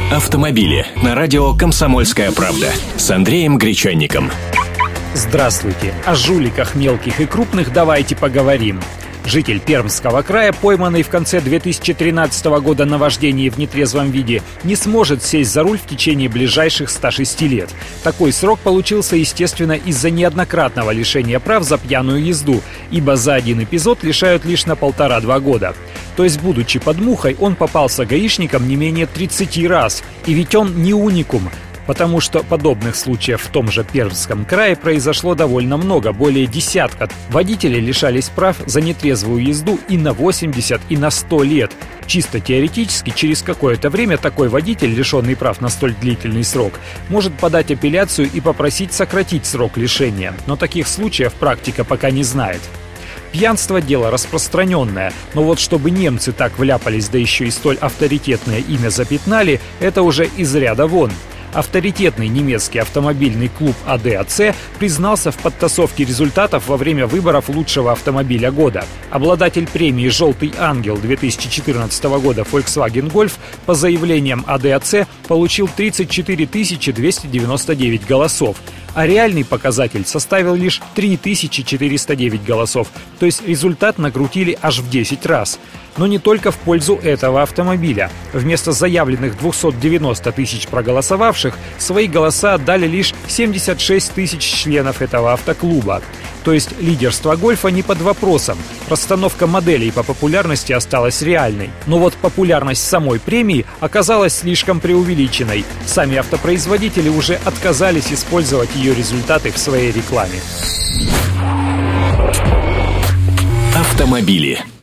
Автомобили на радио «Комсомольская правда» с Андреем Гречанником. Здравствуйте. О жуликах мелких и крупных давайте поговорим. Житель Пермского края, пойманный в конце 2013 года на вождении в нетрезвом виде, не сможет сесть за руль в течение ближайших 106 лет. Такой срок получился, естественно, из-за неоднократного лишения прав за пьяную езду, ибо за один эпизод лишают лишь на 1,5-2 года. То есть, будучи под мухой, он попался гаишникам не менее 30 раз. И ведь он не уникум, потому что подобных случаев в том же Пермском крае произошло довольно много, более десятка. Водители лишались прав за нетрезвую езду и на 80, и на 100 лет. Чисто теоретически, через какое-то время такой водитель, лишенный прав на столь длительный срок, может подать апелляцию и попросить сократить срок лишения. Но таких случаев практика пока не знает. Пьянство – дело распространенное, но вот чтобы немцы так вляпались, да еще и столь авторитетное имя запятнали, это уже из ряда вон. Авторитетный немецкий автомобильный клуб АДАЦ признался в подтасовке результатов во время выборов лучшего автомобиля года. Обладатель премии «Желтый ангел» 2014 года Volkswagen Golf по заявлениям АДАЦ получил 34 299 голосов, а реальный показатель составил лишь 3409 голосов, то есть результат накрутили аж в 10 раз. Но не только в пользу этого автомобиля. Вместо заявленных 290 тысяч проголосовавших, свои голоса отдали лишь 76 тысяч членов этого автоклуба. То есть лидерство гольфа не под вопросом. Расстановка моделей по популярности осталась реальной. Но вот популярность самой премии оказалась слишком преувеличенной. Сами автопроизводители уже отказались использовать ее результаты в своей рекламе. Автомобили.